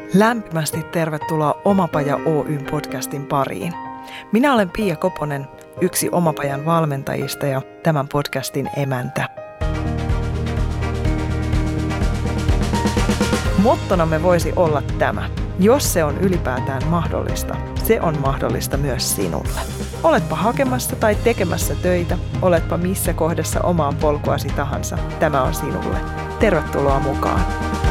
Lämpimästi tervetuloa Omapaja Oyn podcastin pariin. Minä olen Pia Koponen, yksi Omapajan valmentajista ja tämän podcastin emäntä. Mottonamme voisi olla tämä. Jos se on ylipäätään mahdollista, se on mahdollista myös sinulle. Oletpa hakemassa tai tekemässä töitä, oletpa missä kohdassa omaa polkuasi tahansa, tämä on sinulle. Tervetuloa mukaan.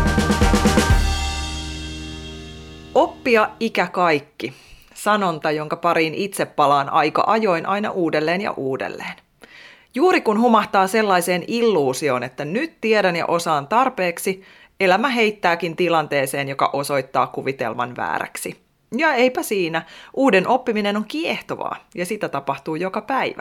Oppia ikä kaikki. Sanonta, jonka pariin itse palaan aika ajoin aina uudelleen ja uudelleen. Juuri kun humahtaa sellaiseen illuusioon, että nyt tiedän ja osaan tarpeeksi, elämä heittääkin tilanteeseen, joka osoittaa kuvitelman vääräksi. Ja eipä siinä, uuden oppiminen on kiehtovaa ja sitä tapahtuu joka päivä.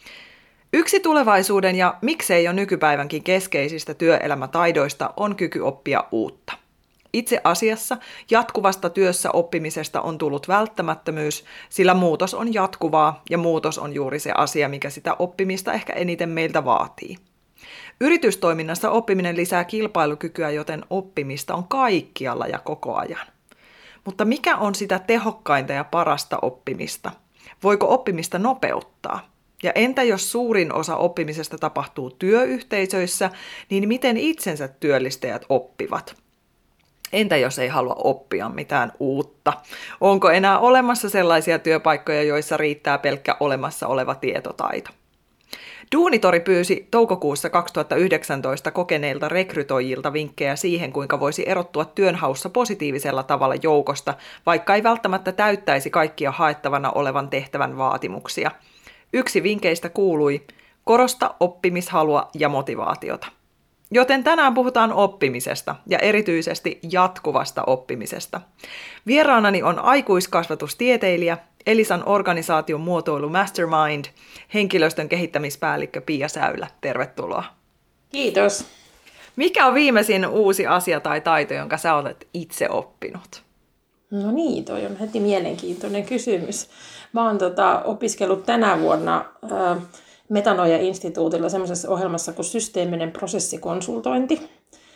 Yksi tulevaisuuden ja miksei jo nykypäivänkin keskeisistä työelämätaidoista on kyky oppia uutta. Itse asiassa jatkuvasta työssä oppimisesta on tullut välttämättömyys, sillä muutos on jatkuvaa ja muutos on juuri se asia, mikä sitä oppimista ehkä eniten meiltä vaatii. Yritystoiminnassa oppiminen lisää kilpailukykyä, joten oppimista on kaikkialla ja koko ajan. Mutta mikä on sitä tehokkainta ja parasta oppimista? Voiko oppimista nopeuttaa? Ja entä jos suurin osa oppimisesta tapahtuu työyhteisöissä, niin miten itsensä työllistäjät oppivat? Entä jos ei halua oppia mitään uutta? Onko enää olemassa sellaisia työpaikkoja, joissa riittää pelkkä olemassa oleva tietotaito? Duunitori pyysi toukokuussa 2019 kokeneilta rekrytoijilta vinkkejä siihen, kuinka voisi erottua työnhaussa positiivisella tavalla joukosta, vaikka ei välttämättä täyttäisi kaikkia haettavana olevan tehtävän vaatimuksia. Yksi vinkkeistä kuului: korosta oppimishalua ja motivaatiota. Joten tänään puhutaan oppimisesta ja erityisesti jatkuvasta oppimisesta. Vieraanani on aikuiskasvatustieteilijä, Elisan organisaation muotoilu Mastermind, henkilöstön kehittämispäällikkö Pia Säylä. Tervetuloa. Kiitos. Mikä on viimeisin uusi asia tai taito, jonka sä olet itse oppinut? No niin, toi on heti mielenkiintoinen kysymys. Mä oon opiskellut tänä vuonna Metanoia-instituutilla semmoisessa ohjelmassa kuin systeeminen prosessikonsultointi.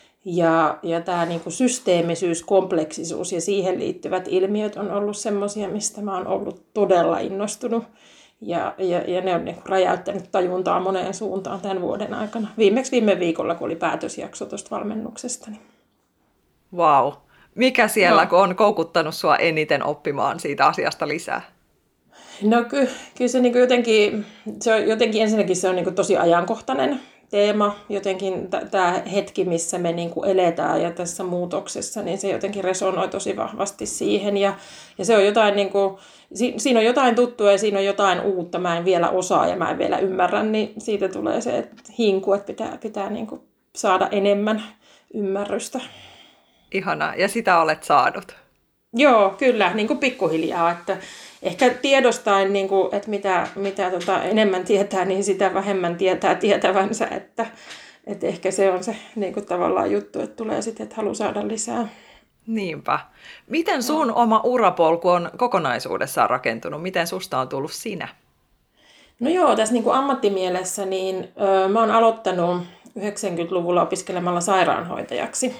Ja tämä niinku systeemisyys, kompleksisuus ja siihen liittyvät ilmiöt on ollut semmoisia, mistä mä oon ollut todella innostunut. Ja ne on niinku räjäyttänyt tajuntaa moneen suuntaan tämän vuoden aikana. Viimeksi viime viikolla, kun oli päätösjakso tuosta valmennuksesta. Vau. Mikä siellä on koukuttanut sua eniten oppimaan siitä asiasta lisää? No kyllä se niinku jotenkin ensinnäkin se on niinku tosi ajankohtainen teema. Jotenkin tämä hetki, missä me niinku eletään ja tässä muutoksessa, niin se jotenkin resonoi tosi vahvasti siihen. Ja se on jotain, niinku, siinä on jotain tuttua ja siinä on jotain uutta, mä en vielä osaa ja mä en vielä ymmärrä, niin siitä tulee se hinku, että pitää niinku saada enemmän ymmärrystä. Ihanaa, ja sitä olet saanut. Joo, kyllä, niin kuin pikkuhiljaa, että ehkä tiedostaen, niin kuin, että mitä enemmän tietää, niin sitä vähemmän tietää tietävänsä, että ehkä se on se niin kuin tavallaan juttu, että tulee sitten, että haluaa saada lisää. Niinpä. Miten sun oma urapolku on kokonaisuudessaan rakentunut? Miten susta on tullut sinä? No joo, tässä niin kuin ammattimielessä, niin mä oon aloittanut 90-luvulla opiskelemalla sairaanhoitajaksi.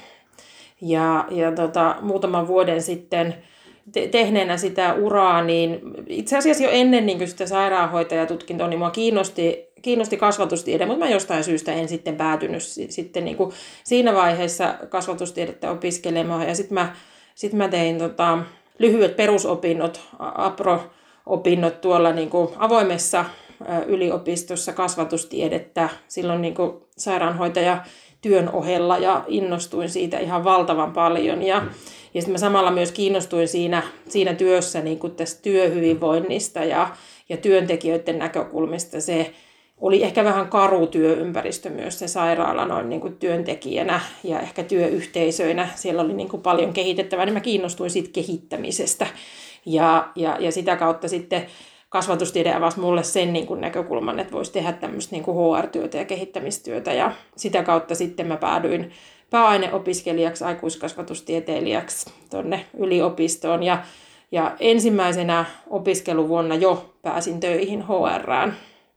Ja muutaman vuoden sitten tehneenä sitä uraa, niin itse asiassa jo ennen niin sitä sairaanhoitajatutkintoa, niin mua kiinnosti kasvatustiede, mutta mä jostain syystä en sitten päätynyt sitten niin kuin siinä vaiheessa kasvatustiedettä opiskelemaan. Ja sitten mä tein lyhyet perusopinnot, APRO-opinnot tuolla niin kuin avoimessa yliopistossa kasvatustiedettä silloin niin kuin sairaanhoitajatyön ohella ja innostuin siitä ihan valtavan paljon. Ja sitten mä samalla myös kiinnostuin siinä työssä niin kuin tästä työhyvinvoinnista ja työntekijöiden näkökulmista. Se oli ehkä vähän karu työympäristö myös se sairaala noin niin kuin työntekijänä ja ehkä työyhteisöinä. Siellä oli niin kuin paljon kehitettävää, niin mä kiinnostuin siitä kehittämisestä. Ja sitä kautta sitten kasvatustiede avasi mulle sen niin kuin näkökulman, että voisi tehdä tämmöistä niin kuin HR-työtä ja kehittämistyötä. Ja sitä kautta sitten mä päädyin pääaineopiskelijaksi, aikuiskasvatustieteilijäksi tuonne yliopistoon. Ja ensimmäisenä opiskeluvuonna jo pääsin töihin HR:ään.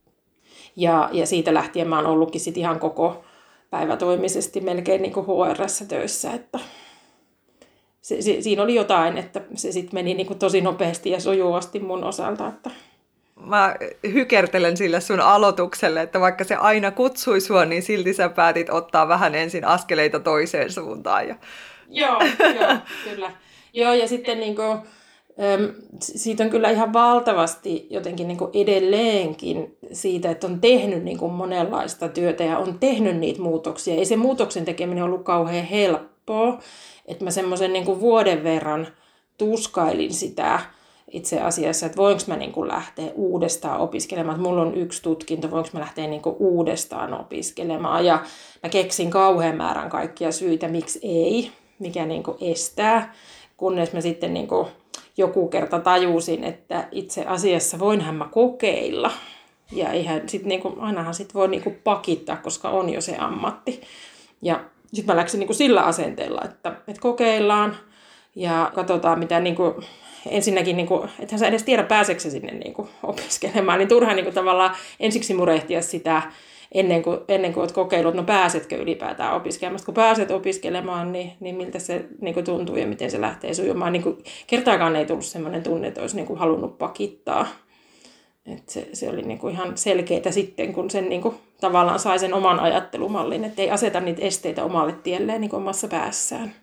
Ja siitä lähtien mä oon ollutkin sit ihan koko päivätoimisesti melkein niin kuin HR:ssä töissä. siinä oli jotain, että se sitten meni niin kuin tosi nopeasti ja sujuvasti mun osalta. Että. Mä hykertelen sille sun aloitukselle, että vaikka se aina kutsui sua, niin silti sä päätit ottaa vähän ensin askeleita toiseen suuntaan. Joo, kyllä. Joo, ja sitten niin kuin, siitä on kyllä ihan valtavasti jotenkin niin kuin edelleenkin siitä, että on tehnyt niin kuin monenlaista työtä ja on tehnyt niitä muutoksia. Ei se muutoksen tekeminen ollut kauhean helppoa, että mä semmoisen niin kuin vuoden verran tuskailin sitä itse asiassa, että voinko mä niin kuin lähteä uudestaan opiskelemaan, että mulla on yksi tutkinto, voinko mä lähteä niin kuin uudestaan opiskelemaan. Ja mä keksin kauhean määrän kaikkia syitä, miksi ei, mikä niin kuin estää, kunnes mä sitten niin kuin joku kerta tajusin, että itse asiassa voinhan mä kokeilla. Ja eihän sit niinku, ainahan sit voi niinku pakittaa, koska on jo se ammatti. Ja sitten mä läksin niinku sillä asenteella, että kokeillaan ja katsotaan mitä niinku, ensinnäkin, niinku, ethän sä edes tiedä pääseekö sinne niinku opiskelemaan, niin turhaan niinku tavallaan ensiksi murehtia sitä ennen kuin olet kokeillut, no pääsetkö ylipäätään opiskelemaan. Kun pääset opiskelemaan, niin miltä se niin tuntuu ja miten se lähtee sujumaan. Niin kertaakaan ei tullut sellainen tunne, että olisi niin halunnut pakittaa. Et se oli niin ihan selkeää sitten, kun sen niin tavallaan sai sen oman ajattelumallin, että ei aseta niitä esteitä omalle tielleen niin omassa päässään.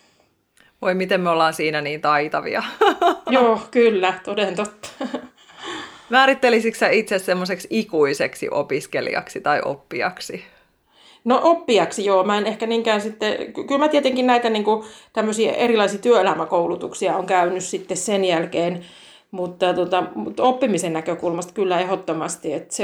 Voi, miten me ollaan siinä niin taitavia. Joo, kyllä, toden totta. Määrittelisitkö sä itse semmoiseksi ikuiseksi opiskelijaksi tai oppijaksi? No oppijaksi joo, mä en ehkä niinkään sitten, kyllä mä tietenkin näitä niin kuin tämmöisiä erilaisia työelämäkoulutuksia on käynyt sitten sen jälkeen, mutta oppimisen näkökulmasta kyllä ehdottomasti, että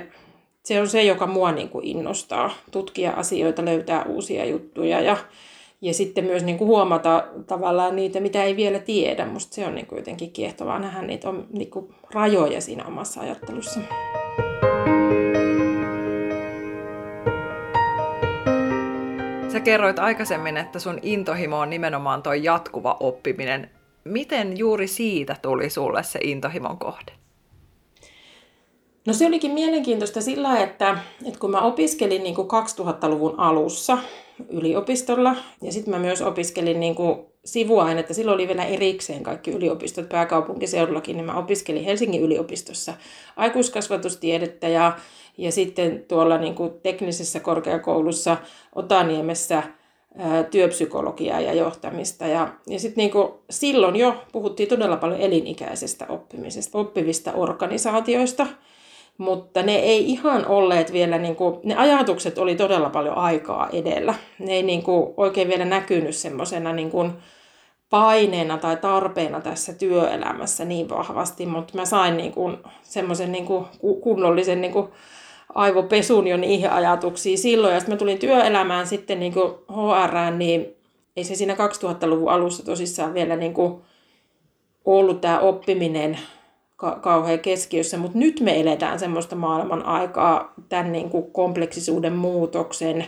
se on se joka mua niin kuin innostaa, tutkia asioita, löytää uusia juttuja ja sitten myös niin kuin huomata tavallaan niitä, mitä ei vielä tiedä. Musta se on niin kuin jotenkin kiehtovaa nähdä niitä niin kuin rajoja siinä omassa ajattelussa. Sä kerroit aikaisemmin, että sun intohimo on nimenomaan toi jatkuva oppiminen. Miten juuri siitä tuli sulle se intohimon kohde? No se olikin mielenkiintoista sillä, että kun mä opiskelin niin kuin 2000-luvun alussa yliopistolla ja sitten mä myös opiskelin niin kuin sivuainetta, silloin oli vielä erikseen kaikki yliopistot pääkaupunkiseudullakin, niin mä opiskelin Helsingin yliopistossa aikuiskasvatustiedettä ja sitten tuolla niin kuin teknisessä korkeakoulussa Otaniemessä työpsykologiaa ja johtamista. Ja sitten niin kuin silloin jo puhuttiin todella paljon elinikäisestä oppimisesta, oppivista organisaatioista, mutta ne ei ihan olleet vielä, niin kuin, ne ajatukset oli todella paljon aikaa edellä. Ne ei niin kuin oikein vielä näkynyt semmoisena niin kuin paineena tai tarpeena tässä työelämässä niin vahvasti, mutta mä sain niin kuin semmoisen niin kuin kunnollisen niin kuin aivopesun jo niihin ajatuksiin silloin. Ja sitten mä tulin työelämään sitten niin kuin HR:ään, niin ei se siinä 2000-luvun alussa tosissaan vielä niin kuin ollut tämä oppiminen kauhean keskiössä, mutta nyt me eletään semmoista maailman aikaa tämän niin kuin kompleksisuuden muutoksen,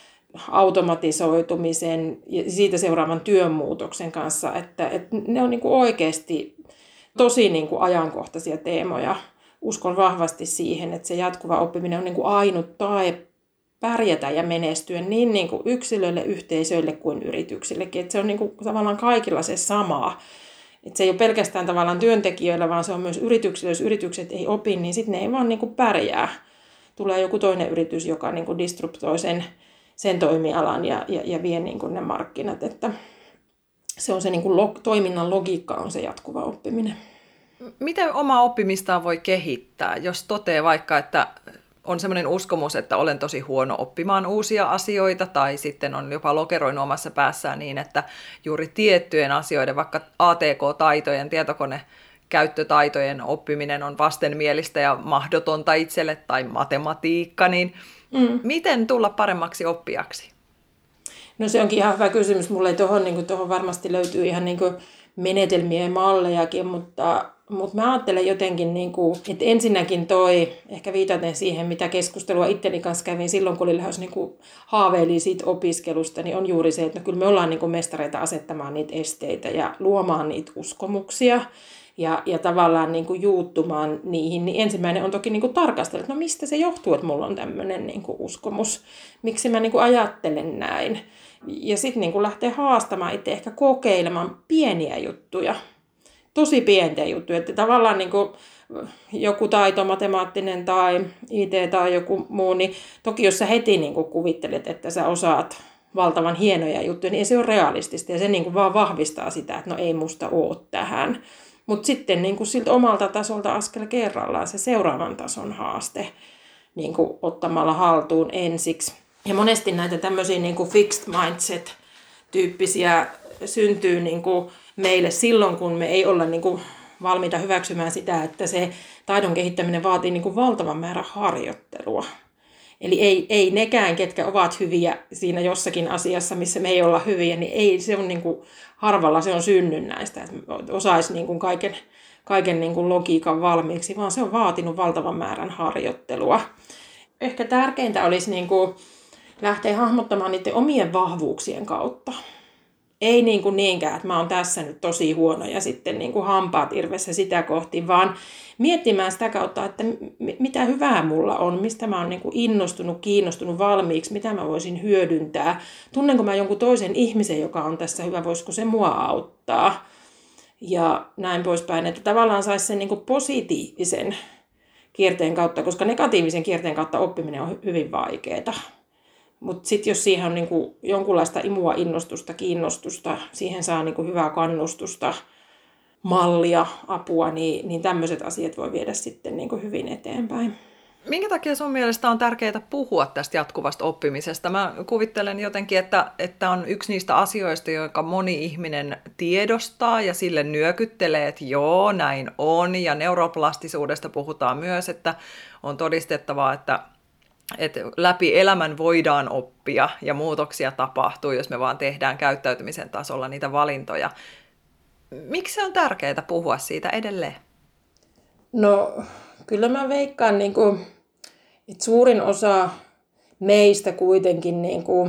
automatisoitumisen ja siitä seuraavan työn muutoksen kanssa, että ne on niin kuin oikeasti tosi niin kuin ajankohtaisia teemoja. Uskon vahvasti siihen, että se jatkuva oppiminen on niin kuin ainut tae pärjätä ja menestyä niin kuin yksilöille, yhteisöille kuin yrityksillekin. Että se on niin kuin tavallaan kaikilla se sama. Että se ei ole pelkästään tavallaan työntekijöillä, vaan se on myös yrityksillä. Jos yritykset ei opi, niin sitten ne ei vaan niin kuin pärjää. Tulee joku toinen yritys, joka niin kuin disruptoi sen toimialan ja vie niin kuin ne markkinat. Että se on se niin kuin toiminnan logiikka on se jatkuva oppiminen. Miten omaa oppimistaan voi kehittää, jos toteaa vaikka, että on sellainen uskomus, että olen tosi huono oppimaan uusia asioita, tai sitten on jopa lokeroinut omassa päässään niin, että juuri tiettyjen asioiden, vaikka ATK-taitojen, tietokonekäyttötaitojen oppiminen on vastenmielistä ja mahdotonta itselle, tai matematiikka, niin miten tulla paremmaksi oppijaksi? No se onkin ihan hyvä kysymys. Mulle tuohon varmasti löytyy ihan niin kuin menetelmiä ja mallejakin, mutta mä ajattelen jotenkin, että ensinnäkin ehkä viitaten siihen, mitä keskustelua itteni kanssa kävin silloin, kun oli lähes haaveili siitä opiskelusta, niin on juuri se, että kyllä me ollaan mestareita asettamaan niitä esteitä ja luomaan niitä uskomuksia. ja tavallaan niin kuin juuttumaan niihin, niin ensimmäinen on toki niin kuin tarkastella, että no mistä se johtuu, että mulla on tämmöinen niin kuin uskomus, miksi mä niin kuin ajattelen näin. Ja sitten niin kuin lähtee haastamaan itse, ehkä kokeilemaan pieniä juttuja, tosi pieniä juttuja, että tavallaan niin kuin joku taito, matemaattinen tai IT tai joku muu, niin toki jos sä heti niin kuin kuvittelet, että sä osaat valtavan hienoja juttuja, niin ei se ole realistista ja se niin kuin vaan vahvistaa sitä, että no ei musta ole tähän. Mutta sitten niin kuin siltä omalta tasolta askel kerrallaan se seuraavan tason haaste niin kuin ottamalla haltuun ensiksi. Ja monesti näitä tämmöisiä niin kuin fixed mindset-tyyppisiä syntyy niin kuin meille silloin, kun me ei olla niin kuin valmiita hyväksymään sitä, että se taidon kehittäminen vaatii niin kuin valtavan määrän harjoittelua. Eli ei nekään, ketkä ovat hyviä siinä jossakin asiassa, missä me ei olla hyviä, niin ei se on niin kuin harvalla se on synnynnäistä, että osaisi niin kuin kaiken niin kuin logiikan valmiiksi, vaan se on vaatinut valtavan määrän harjoittelua. Ehkä tärkeintä olisi niin kuin lähteä hahmottamaan niiden omien vahvuuksien kautta. Ei niin kuin niinkään, että mä oon tässä nyt tosi huono ja sitten niin kuin hampaat irvessä sitä kohti, vaan miettimään sitä kautta, että mitä hyvää mulla on, mistä mä oon niin kuin innostunut, kiinnostunut valmiiksi, mitä mä voisin hyödyntää. Tunnenko mä jonkun toisen ihmisen, joka on tässä hyvä, voisiko se mua auttaa ja näin poispäin. Että tavallaan saisi sen niin kuin positiivisen kierteen kautta, koska negatiivisen kierteen kautta oppiminen on hyvin vaikeaa. Mutta sitten jos siihen on niinku jonkunlaista imua, innostusta, kiinnostusta, siihen saa niinku hyvää kannustusta, mallia, apua, niin tämmöiset asiat voi viedä sitten niinku hyvin eteenpäin. Minkä takia sun mielestä on tärkeää puhua tästä jatkuvasta oppimisesta? Mä kuvittelen jotenkin, että on yksi niistä asioista, jotka moni ihminen tiedostaa ja sille nyökyttelee, että joo, näin on. Ja neuroplastisuudesta puhutaan myös, että on todistettavaa, että läpi elämän voidaan oppia ja muutoksia tapahtuu, jos me vaan tehdään käyttäytymisen tasolla niitä valintoja. Miksi se on tärkeää puhua siitä edelleen? No, kyllä mä veikkaan, että suurin osa meistä kuitenkin,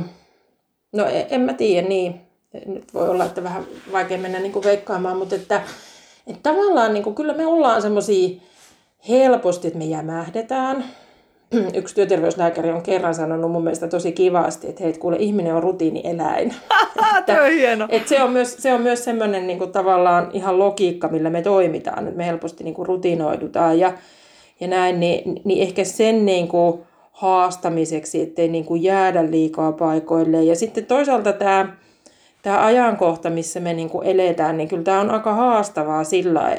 no en mä tiedä, niin nyt voi olla, että vähän vaikea mennä veikkaamaan, mutta että tavallaan kyllä me ollaan semmoisia helposti, että me jämähdetään. Yksi työterveyslääkäri on kerran sanonut mun mielestä tosi kivasti, että hei, kuule, ihminen on rutiinieläin. Tuo on hieno. Että se on myös semmoinen tavallaan ihan logiikka, millä me toimitaan. Että me helposti rutinoidutaan ja näin, niin ehkä sen haastamiseksi, ettei jäädä liikaa paikoilleen. Ja sitten toisaalta tämä ajankohta, missä me eletään, niin kyllä tämä on aika haastavaa sillä,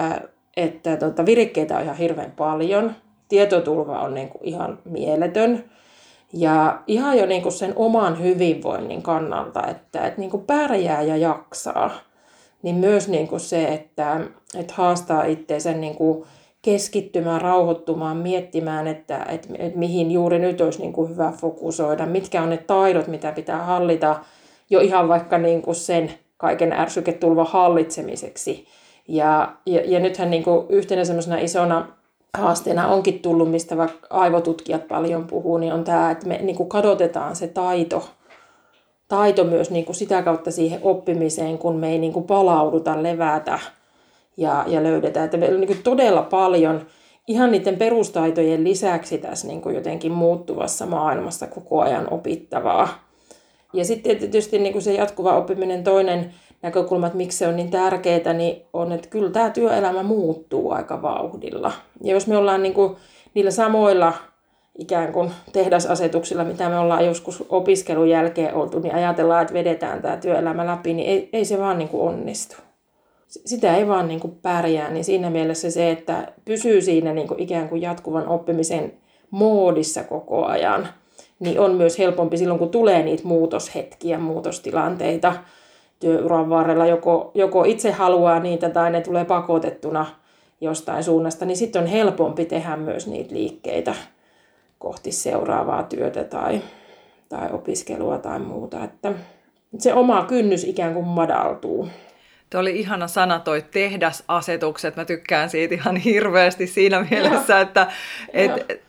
että virikkeitä on ihan hirveän paljon. Tietotulva on ihan mieletön ja ihan jo sen oman hyvinvoinnin kannalta, että pärjää ja jaksaa, niin myös se, että haastaa itseensä keskittymään, rauhoittumaan, miettimään, että mihin juuri nyt olisi hyvä fokusoida, mitkä on ne taidot, mitä pitää hallita jo ihan vaikka sen kaiken ärsyketulvan hallitsemiseksi. Ja nythän yhtenä semmoisena isona haasteena onkin tullut, mistä vaikka aivotutkijat paljon puhuu, niin on tämä, että me kadotetaan se taito myös sitä kautta siihen oppimiseen, kun me ei palauduta, levätä ja löydetään. Että meillä on todella paljon ihan niiden perustaitojen lisäksi tässä jotenkin muuttuvassa maailmassa koko ajan opittavaa. Ja sitten tietysti se jatkuva oppiminen, toinen näkökulma, että miksi se on niin tärkeää, niin on, että kyllä tämä työelämä muuttuu aika vauhdilla. Ja jos me ollaan niillä samoilla ikään kuin tehdasasetuksilla, mitä me ollaan joskus opiskelun jälkeen oltu, niin ajatellaan, että vedetään tämä työelämä läpi, niin ei se vaan onnistu. Sitä ei vaan pärjää, niin siinä mielessä se, että pysyy siinä ikään kuin jatkuvan oppimisen moodissa koko ajan, niin on myös helpompi silloin, kun tulee niitä muutoshetkiä, muutostilanteita työuran varrella, joko itse haluaa niitä tai ne tulee pakotettuna jostain suunnasta, niin sitten on helpompi tehdä myös niitä liikkeitä kohti seuraavaa työtä tai opiskelua tai muuta. Että se oma kynnys ikään kuin madaltuu. Tuo oli ihana sana toi tehdasasetukset. Mä tykkään siitä ihan hirveästi siinä mielessä, että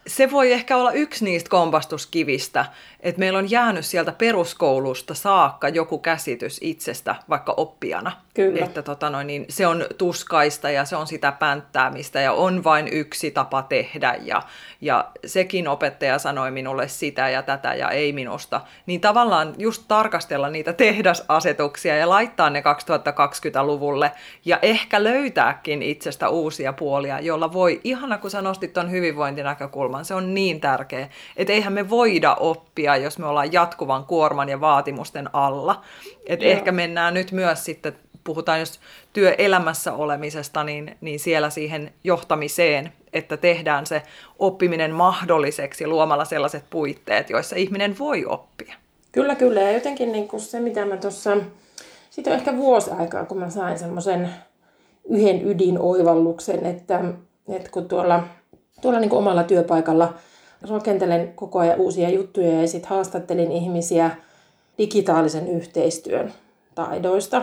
se voi ehkä olla yksi niistä kompastuskivistä, että meillä on jäänyt sieltä peruskoulusta saakka joku käsitys itsestä vaikka oppijana. Kyllä. Että niin se on tuskaista ja se on sitä pänttäämistä ja on vain yksi tapa tehdä ja sekin opettaja sanoi minulle sitä ja tätä ja ei minusta. Niin tavallaan just tarkastella niitä tehdasasetuksia ja laittaa ne 2020-luvulle ja ehkä löytääkin itsestä uusia puolia, jolla voi, ihana kun sä nostit ton hyvinvointinäkökulman, se on niin tärkeä, että eihän me voida oppia, jos me ollaan jatkuvan kuorman ja vaatimusten alla. Että ehkä mennään nyt myös sitten, puhutaan jos työelämässä olemisesta, niin siellä siihen johtamiseen, että tehdään se oppiminen mahdolliseksi luomalla sellaiset puitteet, joissa ihminen voi oppia. Kyllä. Ja jotenkin niin kuin se, mitä mä tuossa, siitä on ehkä vuosi aikaa, kun mä sain semmoisen yhden ydinoivalluksen, että kun tuolla niin kuin omalla työpaikalla rakentelen koko ajan uusia juttuja ja sitten haastattelin ihmisiä digitaalisen yhteistyön taidoista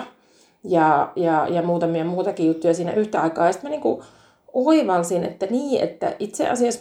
ja muutamia muutakin juttuja siinä yhtä aikaa. Ja sitten mä niin kuin oivalsin, että itse asiassa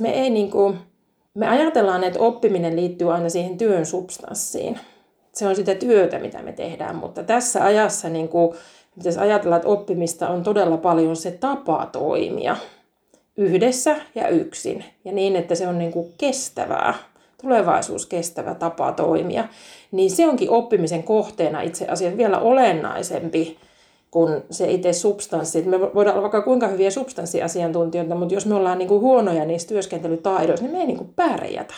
me ajatellaan, että oppiminen liittyy aina siihen työn substanssiin. Se on sitä työtä, mitä me tehdään, mutta tässä ajassa niin kuin, pitäisi ajatella, että oppimista on todella paljon se tapa toimia yhdessä ja yksin. Ja niin, että se on niin kuin kestävää, tulevaisuuskestävä tapa toimia. Niin se onkin oppimisen kohteena itse asiassa vielä olennaisempi kuin se itse substanssi. Me voidaan olla vaikka kuinka hyviä substanssiasiantuntijoita, mutta jos me ollaan niin kuin huonoja niissä työskentelytaidoissa, niin me ei niin kuin pärjätä.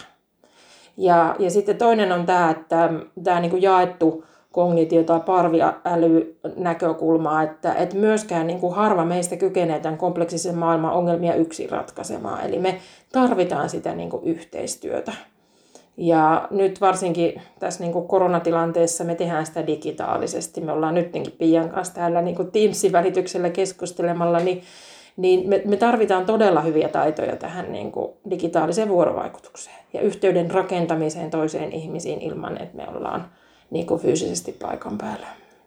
Ja sitten toinen on tämä, että tämä niin kuin jaettu kognitio- tai parviäly-näkökulmaa, että myöskään niin kuin harva meistä kykenee tämän kompleksisen maailman ongelmia yksin ratkaisemaan. Eli me tarvitaan sitä niin kuin yhteistyötä. Ja nyt varsinkin tässä niin kuin koronatilanteessa me tehdään sitä digitaalisesti. Me ollaan nytkin Pian kanssa täällä niin kuin Teamsin välityksellä keskustelemalla, niin me tarvitaan todella hyviä taitoja tähän niin kuin digitaaliseen vuorovaikutukseen ja yhteyden rakentamiseen toiseen ihmisiin ilman, että me ollaan niin kuin fyysisesti paikan päällä.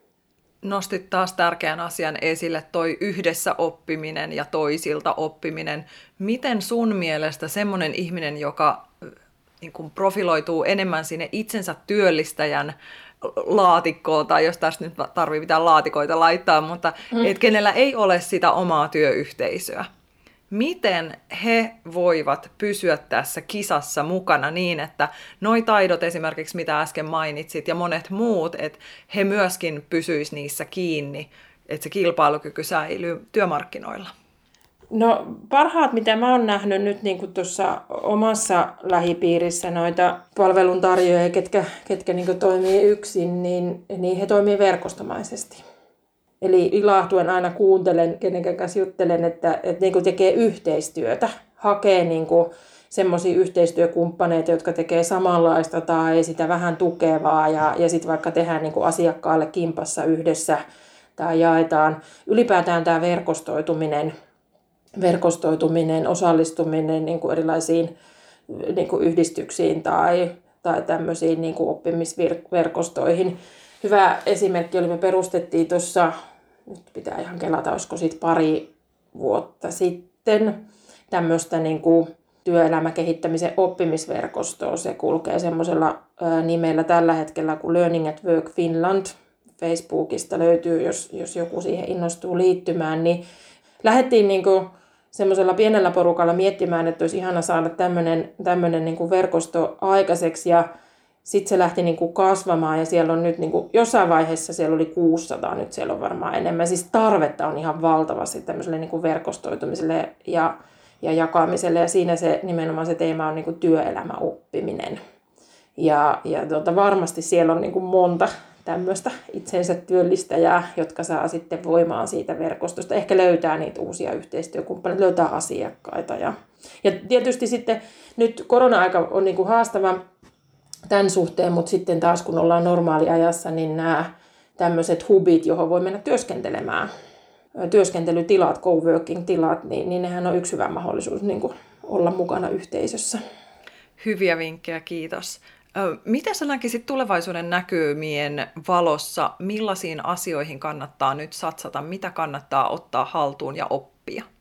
Nostit taas tärkeän asian esille, toi yhdessä oppiminen ja toisilta oppiminen. Miten sun mielestä semmoinen ihminen, joka niin kuin profiloituu enemmän sinne itsensä työllistäjän laatikkoon, tai jos tässä nyt tarvitsee mitään laatikoita laittaa, mutta et kenellä ei ole sitä omaa työyhteisöä. Miten he voivat pysyä tässä kisassa mukana niin, että noi taidot esimerkiksi, mitä äsken mainitsit, ja monet muut, että he myöskin pysyisivät niissä kiinni, että se kilpailukyky säilyy työmarkkinoilla? No parhaat, mitä mä oon nähnyt nyt niin kuin tuossa omassa lähipiirissä noita palveluntarjoajia, ketkä niin kuin toimii yksin, niin he toimii verkostomaisesti. Eli ilahtuen aina kuuntelen, kenen kanssa juttelen, että niin kuin tekee yhteistyötä, hakee niin kuin semmoisia yhteistyökumppaneita, jotka tekee samanlaista tai sitä vähän tukevaa ja sitten vaikka tehdään niin kuin asiakkaalle kimpassa yhdessä tai jaetaan. Ylipäätään tämä verkostoituminen, osallistuminen niin kuin erilaisiin niin kuin yhdistyksiin tai tämmöisiin niin kuin oppimisverkostoihin. Hyvä esimerkki oli, me perustettiin tuossa, nyt pitää ihan kelata, olisiko siitä pari vuotta sitten, tämmöistä niin kuin työelämäkehittämisen oppimisverkostoa. Se kulkee semmoisella nimellä tällä hetkellä kuin Learning at Work Finland. Facebookista löytyy, jos joku siihen innostuu liittymään, niin lähdettiin niin kuin semmoisella pienellä porukalla miettimään, että olisi ihana saada tämmöinen niin kuin verkosto aikaiseksi ja sitten se lähti niin kuin kasvamaan ja siellä on nyt niin kuin, jossain vaiheessa siellä oli 600, nyt siellä on varmaan enemmän. Siis tarvetta on ihan valtavasti tämmöiselle niin kuin verkostoitumiselle ja jakamiselle ja siinä se nimenomaan se teema on niin kuin työelämäoppiminen. Ja varmasti siellä on niin kuin monta tämmöistä itsensä työllistäjää, jotka saa sitten voimaan siitä verkostosta. Ehkä löytää niitä uusia yhteistyökumppaneita, löytää asiakkaita. Ja tietysti sitten nyt korona-aika on niin kuin haastava tämän suhteen, mutta sitten taas kun ollaan normaaliajassa, niin nämä tämmöiset hubit, johon voi mennä työskentelemään, työskentelytilat, coworking-tilat, niin nehän on yksi hyvä mahdollisuus niin kuin olla mukana yhteisössä. Hyviä vinkkejä, kiitos. Miten sä näkisit tulevaisuuden näkymien valossa, millaisiin asioihin kannattaa nyt satsata, mitä kannattaa ottaa haltuun ja oppia?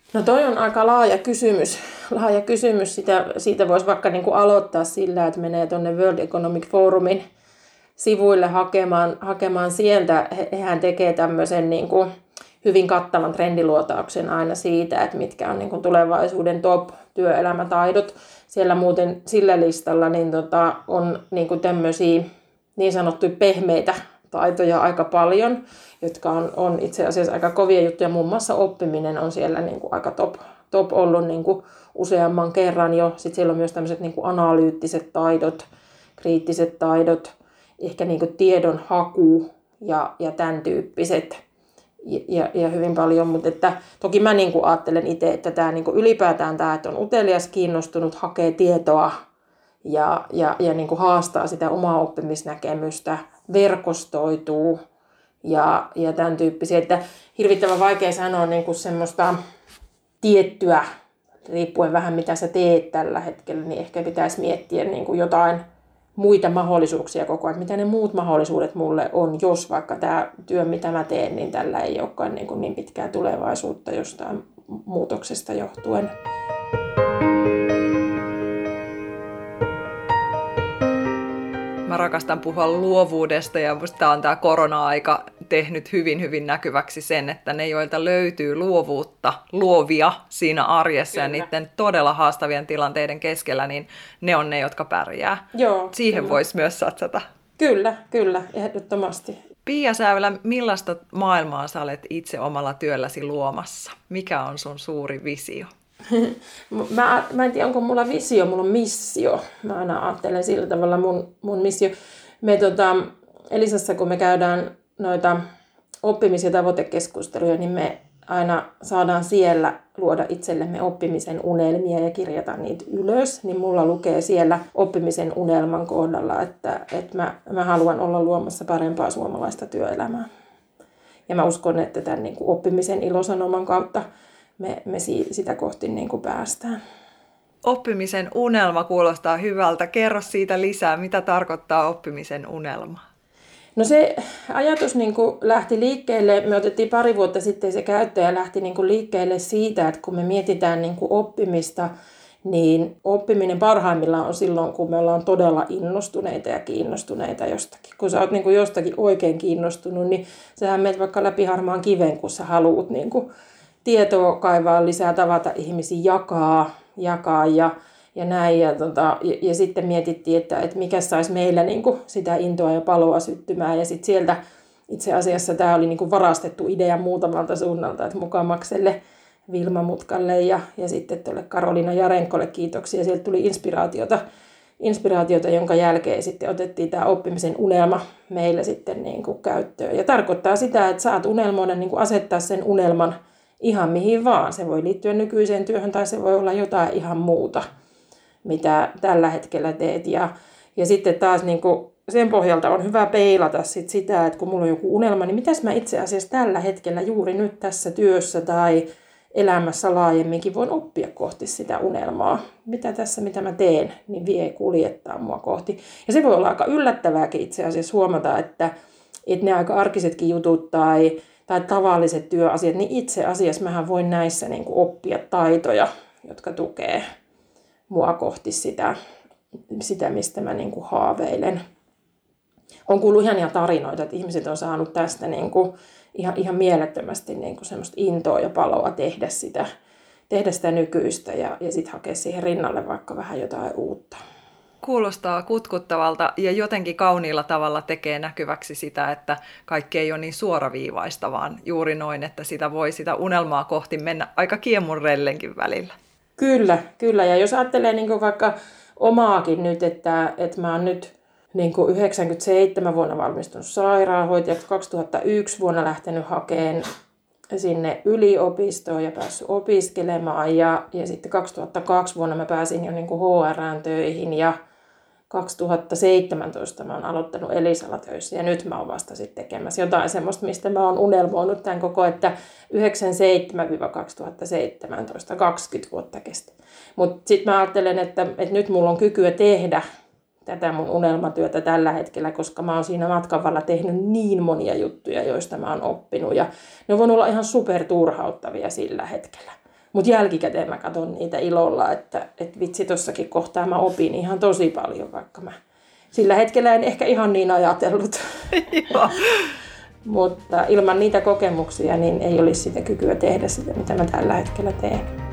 No toi on aika laaja kysymys. Laaja kysymys. Siitä voisi vaikka niin kuin aloittaa sillä, että menee tuonne World Economic Forumin sivuille hakemaan sieltä. Hehän tekee tämmöisen niin kuin hyvin kattavan trendiluotauksen aina siitä, että mitkä on niin kuin tulevaisuuden top-työelämätaidot. Siellä muuten sillä listalla niin on niin kuin tämmöisiä niin sanottuja pehmeitä taitoja aika paljon, jotka on itse asiassa aika kovia juttuja. Muun muassa oppiminen on siellä niin kuin aika top ollut niin kuin useamman kerran jo. Sitten siellä on myös tämmöiset niin kuin analyyttiset taidot, kriittiset taidot, ehkä niin kuin tiedon haku ja tämän tyyppiset. Ja hyvin paljon, mutta että, toki mä niin kuin ajattelen itse, että tämä niin kuin ylipäätään tämä, että on utelias, kiinnostunut, hakee tietoa ja niin kuin haastaa sitä omaa oppimisnäkemystä, verkostoituu ja tämän tyyppisiä, että hirvittävän vaikea sanoa niin kuin semmoista tiettyä, riippuen vähän mitä sä teet tällä hetkellä, niin ehkä pitäisi miettiä niin kuin jotain muita mahdollisuuksia koko ajan, mitä ne muut mahdollisuudet mulle on, jos vaikka tämä työ, mitä mä teen, niin tällä ei olekaan niin pitkää tulevaisuutta jostain muutoksesta johtuen. Mä rakastan puhua luovuudesta ja musta on tämä korona-aika tehnyt hyvin, hyvin näkyväksi sen, että ne, joilta löytyy luovuutta, luovia siinä arjessa Kyllä. ja niiden todella haastavien tilanteiden keskellä, niin ne on ne, jotka pärjää. Joo, siihen voisi myös satsata. Kyllä, ehdottomasti. Pia Säylä, millaista maailmaa sä olet itse omalla työlläsi luomassa? Mikä on sun suuri visio? Mä en tiedä, onko mulla visio, mulla on missio. Mä aina ajattelen sillä tavalla mun missio. Me Elisassa, kun me käydään noita oppimis- ja tavoitekeskusteluja, niin me aina saadaan siellä luoda itsellemme oppimisen unelmia ja kirjata niitä ylös. Niin mulla lukee siellä oppimisen unelman kohdalla, että mä haluan olla luomassa parempaa suomalaista työelämää. Ja mä uskon, että tämän niin kuin oppimisen ilosanoman kautta me sitä kohti niin kuin päästään. Oppimisen unelma kuulostaa hyvältä. Kerro siitä lisää. Mitä tarkoittaa oppimisen unelma? No se ajatus niin kuin lähti liikkeelle, me otettiin pari vuotta sitten se käyttöön ja lähti niin kuin liikkeelle siitä, että kun me mietitään niin kuin oppimista, niin oppiminen parhaimmillaan on silloin, kun me ollaan todella innostuneita ja kiinnostuneita jostakin. Kun sä oot niin kuin jostakin oikein kiinnostunut, niin sähän menet vaikka läpi harmaan kiven, kun sä haluut niin kuin tietoa kaivaa lisää, tavata ihmisiä, jakaa ja näin. Ja sitten mietittiin, että mikä saisi meillä niin kuin sitä intoa ja paloa syttymään. Ja sitten sieltä itse asiassa tämä oli niin kuin varastettu idea muutamalta suunnalta, että Mukamakselle, Vilma Mutkalle ja sitten tuolle Karoliina Jarenkolle kiitoksia. Sieltä tuli inspiraatiota, jonka jälkeen sitten otettiin tämä oppimisen unelma meillä sitten niin kuin käyttöön. Ja tarkoittaa sitä, että saat unelmoida, niin kuin asettaa sen unelman ihan mihin vaan. Se voi liittyä nykyiseen työhön tai se voi olla jotain ihan muuta, mitä tällä hetkellä teet. Ja sitten taas niin kuin sen pohjalta on hyvä peilata sitä, että kun mulla on joku unelma, niin mitäs mä itse asiassa tällä hetkellä juuri nyt tässä työssä tai elämässä laajemminkin voin oppia kohti sitä unelmaa. Mitä tässä, mitä mä teen, niin kuljettaa mua kohti. Ja se voi olla aika yllättävääkin itse asiassa huomata, että ne aika arkisetkin jutut tai tavalliset työasiat, niin itse asiassa mähän voin näissä niin kuin oppia taitoja, jotka tukee mua kohti sitä mistä mä niin kuin haaveilen. On kuullut ihania tarinoita, että ihmiset on saanut tästä niin kuin ihan mielettömästi niin kuin semmoista intoa ja paloa tehdä sitä nykyistä ja sitten hakea siihen rinnalle vaikka vähän jotain uutta. Kuulostaa kutkuttavalta ja jotenkin kauniilla tavalla tekee näkyväksi sitä, että kaikki ei ole niin suoraviivaista, vaan juuri noin, että sitä voi sitä unelmaa kohti mennä aika kiemurrellenkin välillä. Kyllä. Ja jos ajattelee niin kuin vaikka omaakin nyt, että mä oon nyt niin kuin 97 vuonna valmistunut sairaanhoitajaksi, 2001 vuonna lähtenyt hakemaan sinne yliopistoon ja päässyt opiskelemaan ja sitten 2002 vuonna mä pääsin jo niin kuin HR:ään töihin ja 2017 mä oon aloittanut Elisalla töissä ja nyt mä oon vasta sitten tekemässä jotain semmoista, mistä mä oon unelmoinut tämän koko, että 97-2017, 20 vuotta kesti. Mutta sitten mä ajattelen, että nyt mulla on kykyä tehdä tätä mun unelmatyötä tällä hetkellä, koska mä oon siinä matkan varrella tehnyt niin monia juttuja, joista mä oon oppinut ja ne on voinut olla ihan superturhauttavia sillä hetkellä. Mutta jälkikäteen mä katson niitä ilolla, että vitsi, tossakin kohtaa mä opin ihan tosi paljon, vaikka mä sillä hetkellä en ehkä ihan niin ajatellut. Mutta ilman niitä kokemuksia niin ei olisi sitä kykyä tehdä sitä, mitä mä tällä hetkellä teen.